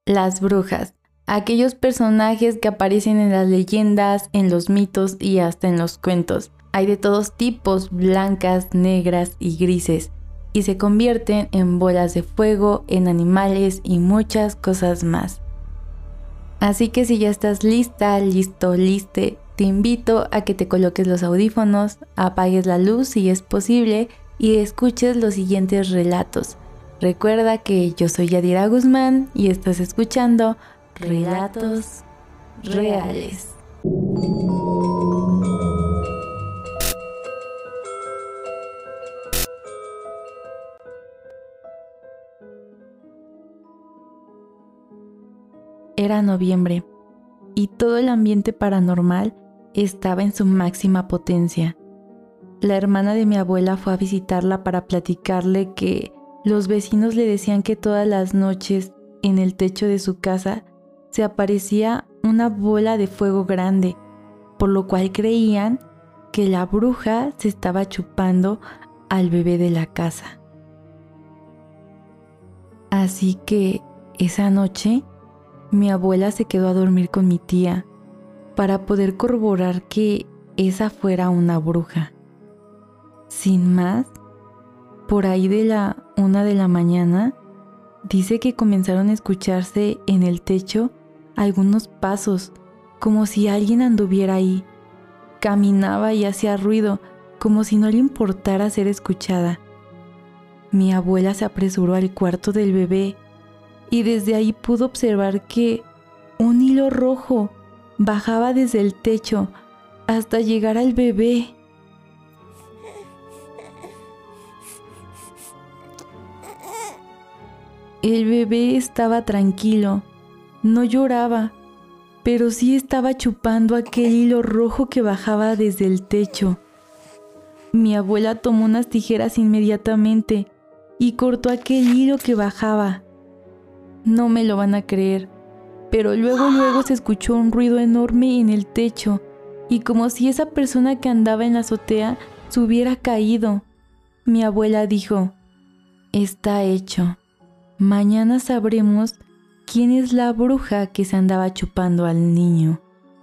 Las brujas, aquellos personajes que aparecen en las leyendas, en los mitos y hasta en los cuentos. Hay de todos tipos, blancas, negras y grises, y se convierten en bolas de fuego, en animales y muchas cosas más. Así que si ya estás lista, listo, liste, te invito a que te coloques los audífonos, apagues la luz si es posible y escuches los siguientes relatos. Recuerda que yo soy Yadira Guzmán y estás escuchando Relatos Reales. Era noviembre y todo el ambiente paranormal estaba en su máxima potencia. La hermana de mi abuela fue a visitarla para platicarle que los vecinos le decían que todas las noches en el techo de su casa se aparecía una bola de fuego grande, por lo cual creían que la bruja se estaba chupando al bebé de la casa. Así que esa noche mi abuela se quedó a dormir con mi tía para poder corroborar que esa fuera una bruja. Sin más, por ahí de la 1 de la mañana, dice que comenzaron a escucharse en el techo algunos pasos, como si alguien anduviera ahí. Caminaba y hacía ruido, como si no le importara ser escuchada. Mi abuela se apresuró al cuarto del bebé y desde ahí pudo observar que un hilo rojo bajaba desde el techo hasta llegar al bebé. El bebé estaba tranquilo, no lloraba, pero sí estaba chupando aquel hilo rojo que bajaba desde el techo. Mi abuela tomó unas tijeras inmediatamente y cortó aquel hilo que bajaba. No me lo van a creer, pero luego se escuchó un ruido enorme en el techo y como si esa persona que andaba en la azotea se hubiera caído. Mi abuela dijo: "Está hecho. Mañana sabremos quién es la bruja que se andaba chupando al niño".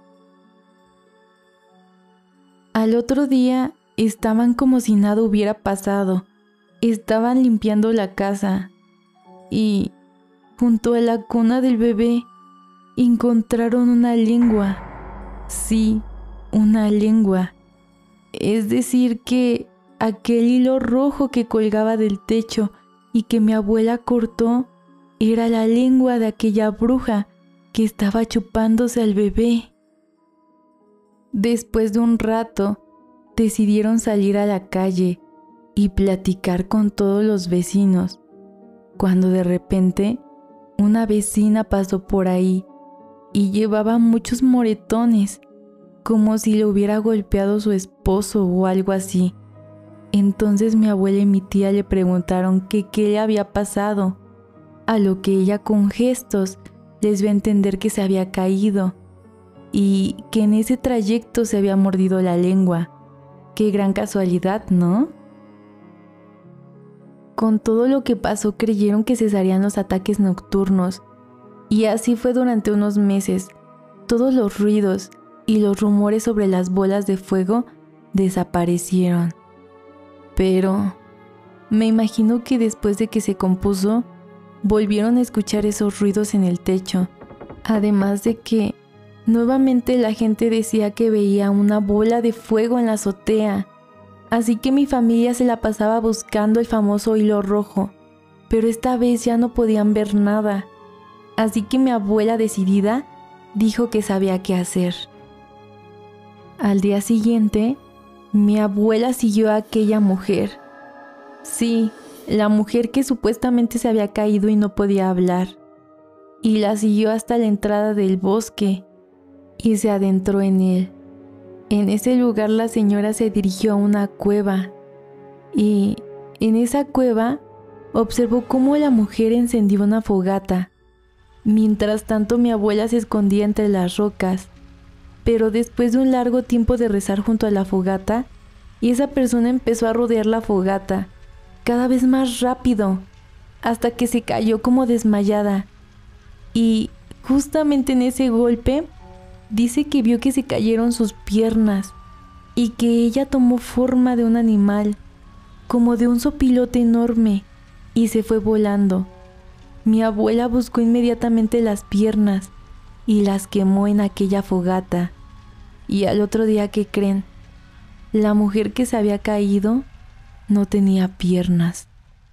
Al otro día estaban como si nada hubiera pasado. Estaban limpiando la casa y junto a la cuna del bebé encontraron una lengua. Sí, una lengua. Es decir que aquel hilo rojo que colgaba del techo y que mi abuela cortó era la lengua de aquella bruja que estaba chupándose al bebé. Después de un rato, decidieron salir a la calle y platicar con todos los vecinos, cuando de repente una vecina pasó por ahí y llevaba muchos moretones, como si le hubiera golpeado su esposo o algo así. Entonces mi abuela y mi tía le preguntaron que qué le había pasado, a lo que ella con gestos les dio a entender que se había caído y que en ese trayecto se había mordido la lengua. Qué gran casualidad, ¿no? Con todo lo que pasó creyeron que cesarían los ataques nocturnos y así fue durante unos meses. Todos los ruidos y los rumores sobre las bolas de fuego desaparecieron. Pero me imagino que después de que se compuso, volvieron a escuchar esos ruidos en el techo. Además de que nuevamente la gente decía que veía una bola de fuego en la azotea. Así que mi familia se la pasaba buscando el famoso hilo rojo, pero esta vez ya no podían ver nada. Así que mi abuela, decidida, dijo que sabía qué hacer. Al día siguiente, mi abuela siguió a aquella mujer. Sí, la mujer que supuestamente se había caído y no podía hablar. Y la siguió hasta la entrada del bosque y se adentró en él. En ese lugar la señora se dirigió a una cueva y en esa cueva observó cómo la mujer encendió una fogata. Mientras tanto mi abuela se escondía entre las rocas, pero después de un largo tiempo de rezar junto a la fogata, esa persona empezó a rodear la fogata, cada vez más rápido, hasta que se cayó como desmayada. y justamente en ese golpe dice que vio que se cayeron sus piernas y que ella tomó forma de un animal, como de un sopilote enorme, y se fue volando. Mi abuela buscó inmediatamente las piernas y las quemó en aquella fogata. Y al otro día, ¿qué creen? La mujer que se había caído no tenía piernas.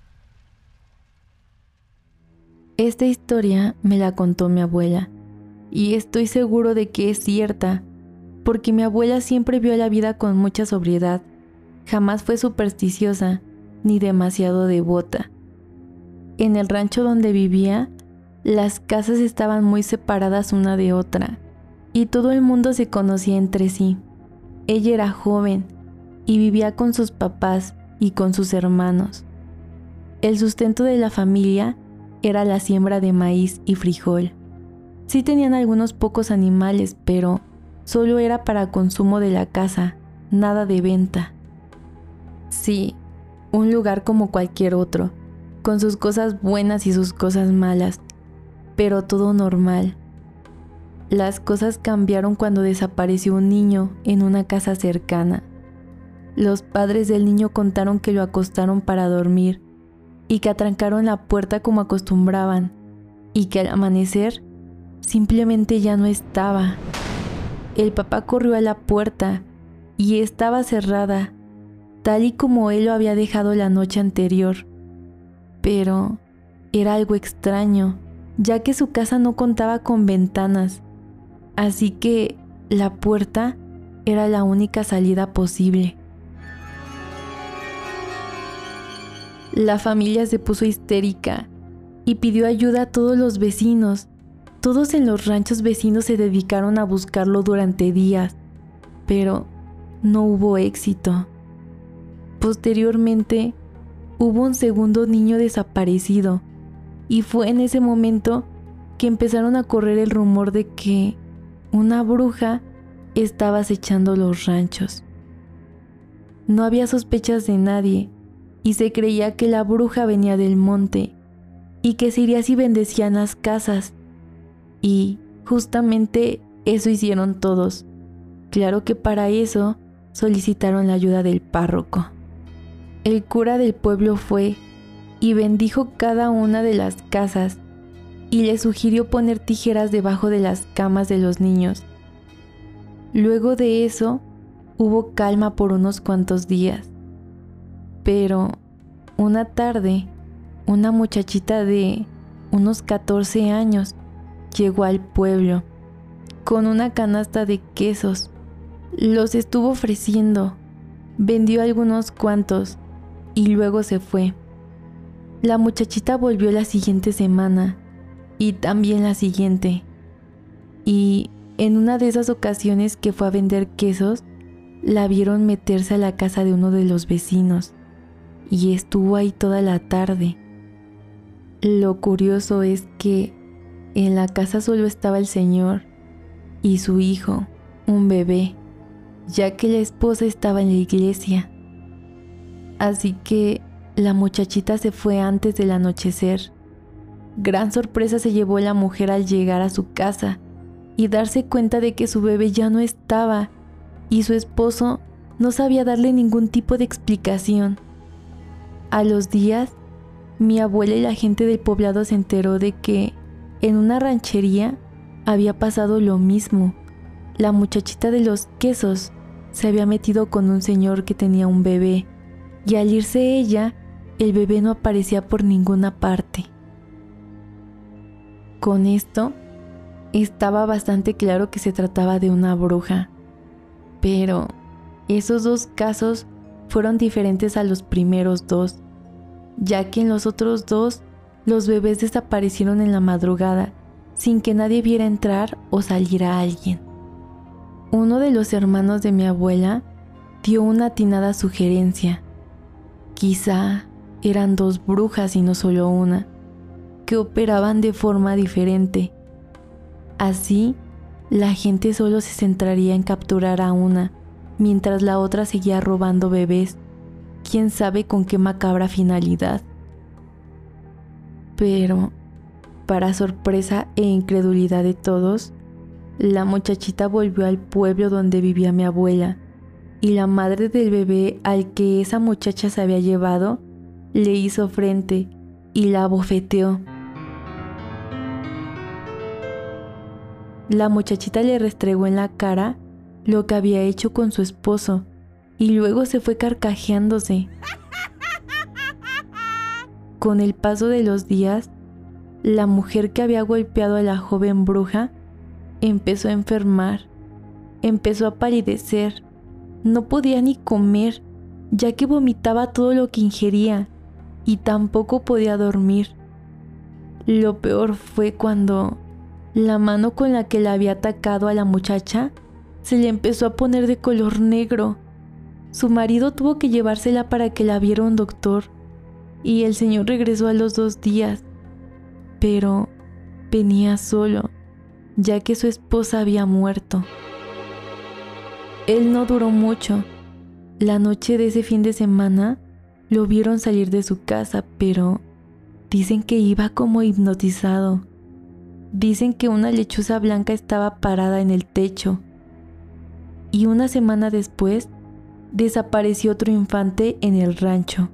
Esta historia me la contó mi abuela, y estoy seguro de que es cierta, porque mi abuela siempre vio la vida con mucha sobriedad. Jamás fue supersticiosa ni demasiado devota. En el rancho donde vivía, las casas estaban muy separadas una de otra, y todo el mundo se conocía entre sí. Ella era joven y vivía con sus papás y con sus hermanos. El sustento de la familia era la siembra de maíz y frijol. Sí tenían algunos pocos animales, pero solo era para consumo de la casa, nada de venta. Sí, un lugar como cualquier otro, con sus cosas buenas y sus cosas malas, pero todo normal. Las cosas cambiaron cuando desapareció un niño en una casa cercana. Los padres del niño contaron que lo acostaron para dormir y que atrancaron la puerta como acostumbraban, y que al amanecer simplemente ya no estaba. El papá corrió a la puerta y estaba cerrada, tal y como él lo había dejado la noche anterior. Pero era algo extraño, ya que su casa no contaba con ventanas, así que la puerta era la única salida posible. La familia se puso histérica y pidió ayuda a todos los vecinos. Todos en los ranchos vecinos se dedicaron a buscarlo durante días, pero no hubo éxito. Posteriormente, hubo un segundo niño desaparecido, y fue en ese momento que empezaron a correr el rumor de que una bruja estaba acechando los ranchos. No había sospechas de nadie, y se creía que la bruja venía del monte, y que se iría si bendecían las casas. Y justamente eso hicieron todos. Claro que para eso solicitaron la ayuda del párroco. El cura del pueblo fue y bendijo cada una de las casas y le sugirió poner tijeras debajo de las camas de los niños. Luego de eso, hubo calma por unos cuantos días. Pero una tarde, una muchachita de unos 14 años llegó al pueblo con una canasta de quesos. Los estuvo ofreciendo, vendió algunos cuantos y luego se fue. La muchachita volvió la siguiente semana y también la siguiente. Y en una de esas ocasiones que fue a vender quesos, la vieron meterse a la casa de uno de los vecinos y estuvo ahí toda la tarde. Lo curioso es que en la casa solo estaba el señor y su hijo, un bebé, ya que la esposa estaba en la iglesia. Así que la muchachita se fue antes del anochecer. Gran sorpresa se llevó la mujer al llegar a su casa y darse cuenta de que su bebé ya no estaba y su esposo no sabía darle ningún tipo de explicación. A los días, mi abuela y la gente del poblado se enteró de que en una ranchería había pasado lo mismo. La muchachita de los quesos se había metido con un señor que tenía un bebé, y al irse ella, el bebé no aparecía por ninguna parte. Con esto, estaba bastante claro que se trataba de una bruja, pero esos dos casos fueron diferentes a los primeros dos, ya que en los otros dos los bebés desaparecieron en la madrugada sin que nadie viera entrar o salir a alguien. Uno de los hermanos de mi abuela dio una atinada sugerencia. Quizá eran dos brujas y no solo una, que operaban de forma diferente. Así, la gente solo se centraría en capturar a una, mientras la otra seguía robando bebés. Quién sabe con qué macabra finalidad. Pero para sorpresa e incredulidad de todos, la muchachita volvió al pueblo donde vivía mi abuela, y la madre del bebé al que esa muchacha se había llevado le hizo frente y la abofeteó. La muchachita le restregó en la cara lo que había hecho con su esposo y luego se fue carcajeándose. Con el paso de los días, la mujer que había golpeado a la joven bruja empezó a enfermar, empezó a palidecer, no podía ni comer, ya que vomitaba todo lo que ingería y tampoco podía dormir. Lo peor fue cuando la mano con la que la había atacado a la muchacha se le empezó a poner de color negro. Su marido tuvo que llevársela para que la viera un doctor y el señor regresó a los 2 días, pero venía solo, ya que su esposa había muerto. Él no duró mucho. La noche de ese fin de semana lo vieron salir de su casa, pero dicen que iba como hipnotizado. Dicen que una lechuza blanca estaba parada en el techo. Y una semana después, desapareció otro infante en el rancho.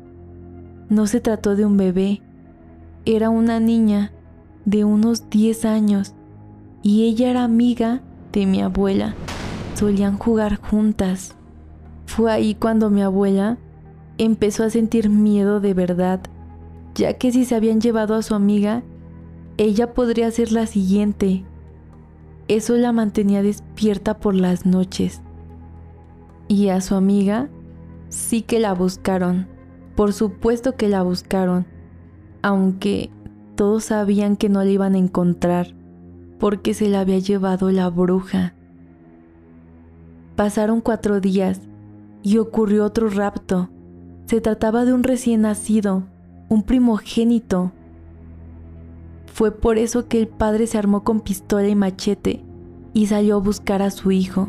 No se trató de un bebé, era una niña de unos 10 años y ella era amiga de mi abuela. Solían jugar juntas. Fue ahí cuando mi abuela empezó a sentir miedo de verdad, ya que si se habían llevado a su amiga, ella podría ser la siguiente. Eso la mantenía despierta por las noches. Y a su amiga sí que la buscaron. Por supuesto que la buscaron, aunque todos sabían que no la iban a encontrar, porque se la había llevado la bruja. Pasaron 4 días y ocurrió otro rapto. Se trataba de un recién nacido, un primogénito. Fue por eso que el padre se armó con pistola y machete y salió a buscar a su hijo.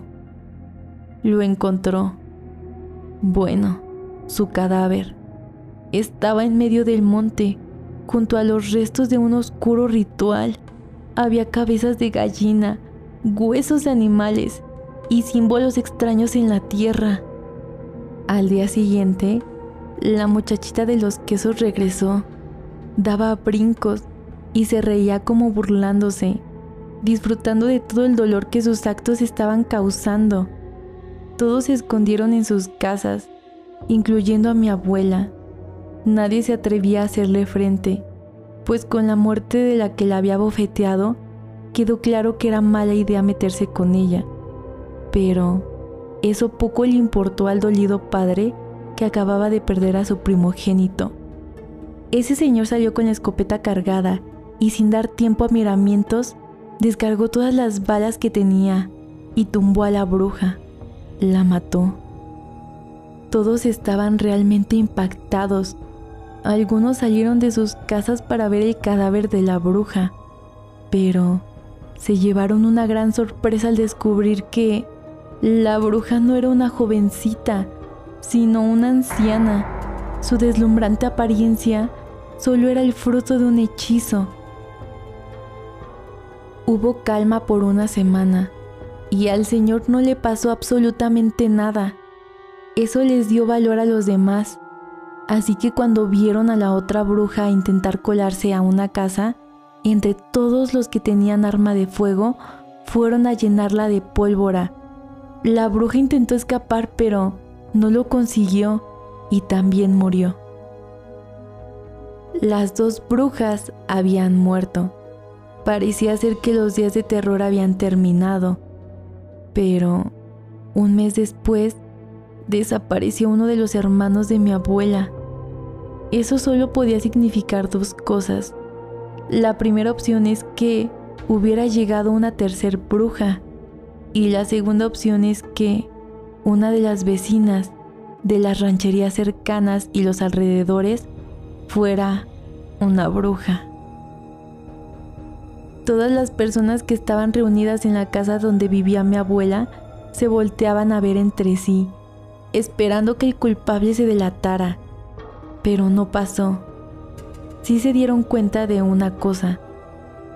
Lo encontró. Bueno, su cadáver estaba en medio del monte, junto a los restos de un oscuro ritual. Había cabezas de gallina, huesos de animales y símbolos extraños en la tierra. Al día siguiente, la muchachita de los quesos regresó. Daba brincos y se reía como burlándose, disfrutando de todo el dolor que sus actos estaban causando. Todos se escondieron en sus casas, incluyendo a mi abuela. Nadie se atrevía a hacerle frente, pues con la muerte de la que la había bofeteado, quedó claro que era mala idea meterse con ella. Pero eso poco le importó al dolido padre que acababa de perder a su primogénito. Ese señor salió con la escopeta cargada y sin dar tiempo a miramientos, descargó todas las balas que tenía y tumbó a la bruja. La mató. Todos estaban realmente impactados. Algunos salieron de sus casas para ver el cadáver de la bruja, pero se llevaron una gran sorpresa al descubrir que la bruja no era una jovencita, sino una anciana. Su deslumbrante apariencia solo era el fruto de un hechizo. Hubo calma por una semana y al señor no le pasó absolutamente nada. Eso les dio valor a los demás. Así que cuando vieron a la otra bruja intentar colarse a una casa, entre todos los que tenían arma de fuego, fueron a llenarla de pólvora. La bruja intentó escapar, pero no lo consiguió y también murió. Las 2 brujas habían muerto. Parecía ser que los días de terror habían terminado, pero un mes después desapareció uno de los hermanos de mi abuela. Eso solo podía significar 2 cosas. La primera opción es que hubiera llegado una tercer bruja, y la segunda opción es que una de las vecinas de las rancherías cercanas y los alrededores fuera una bruja. Todas las personas que estaban reunidas en la casa donde vivía mi abuela se volteaban a ver entre sí, esperando que el culpable se delatara, pero no pasó. Sí se dieron cuenta de una cosa: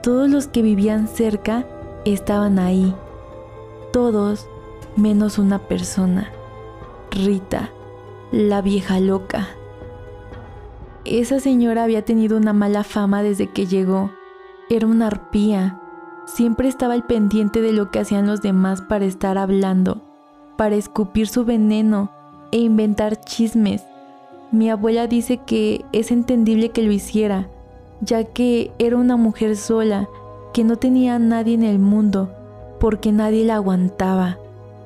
Todos los que vivían cerca estaban ahí, todos menos una persona, Rita, la vieja loca. Esa señora había tenido una mala fama desde que llegó. Era una arpía. Siempre estaba al pendiente de lo que hacían los demás para estar hablando, para escupir su veneno e inventar chismes. Mi abuela dice que es entendible que lo hiciera, ya que era una mujer sola, que no tenía a nadie en el mundo, porque nadie la aguantaba.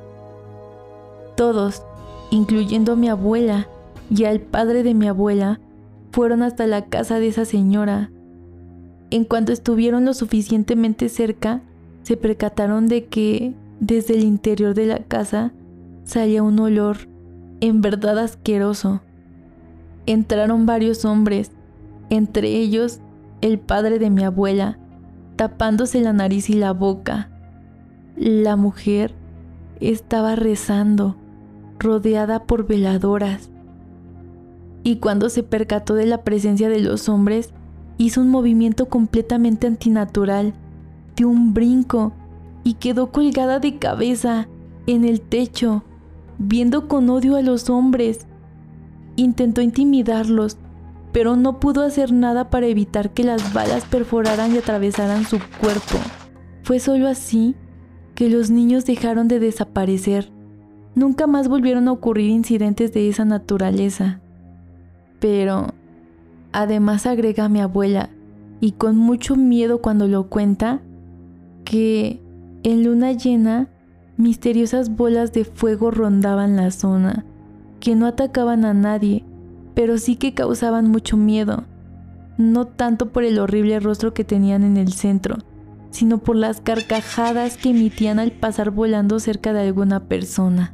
Todos, incluyendo a mi abuela y al padre de mi abuela, fueron hasta la casa de esa señora. En cuanto estuvieron lo suficientemente cerca, se percataron de que desde el interior de la casa salía un olor en verdad asqueroso. Entraron varios hombres, entre ellos el padre de mi abuela, tapándose la nariz y la boca. La mujer estaba rezando, rodeada por veladoras. Y cuando se percató de la presencia de los hombres, hizo un movimiento completamente antinatural, dio un brinco y quedó colgada de cabeza en el techo, viendo con odio a los hombres. Intentó intimidarlos, pero no pudo hacer nada para evitar que las balas perforaran y atravesaran su cuerpo. Fue solo así que los niños dejaron de desaparecer. Nunca más volvieron a ocurrir incidentes de esa naturaleza. Pero, además agrega mi abuela, y con mucho miedo cuando lo cuenta, que en luna llena, misteriosas bolas de fuego rondaban la zona, que no atacaban a nadie, pero sí que causaban mucho miedo, no tanto por el horrible rostro que tenían en el centro, sino por las carcajadas que emitían al pasar volando cerca de alguna persona.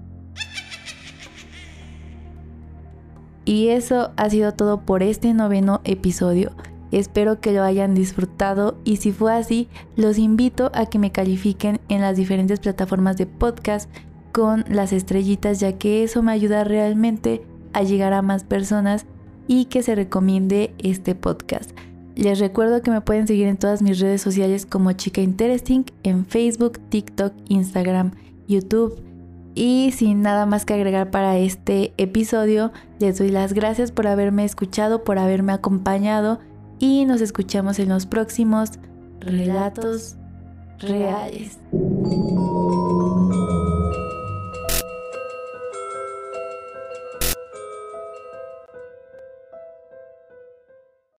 Y eso ha sido todo por este 9º episodio. Espero que lo hayan disfrutado y si fue así, los invito a que me califiquen en las diferentes plataformas de podcast con las estrellitas, ya que eso me ayuda realmente a llegar a más personas y que se recomiende este podcast. Les recuerdo que me pueden seguir en todas mis redes sociales como Chica Interesting, en Facebook, TikTok, Instagram, YouTube. Y sin nada más que agregar para este episodio, les doy las gracias por haberme escuchado, por haberme acompañado y nos escuchamos en los próximos Relatos Reales.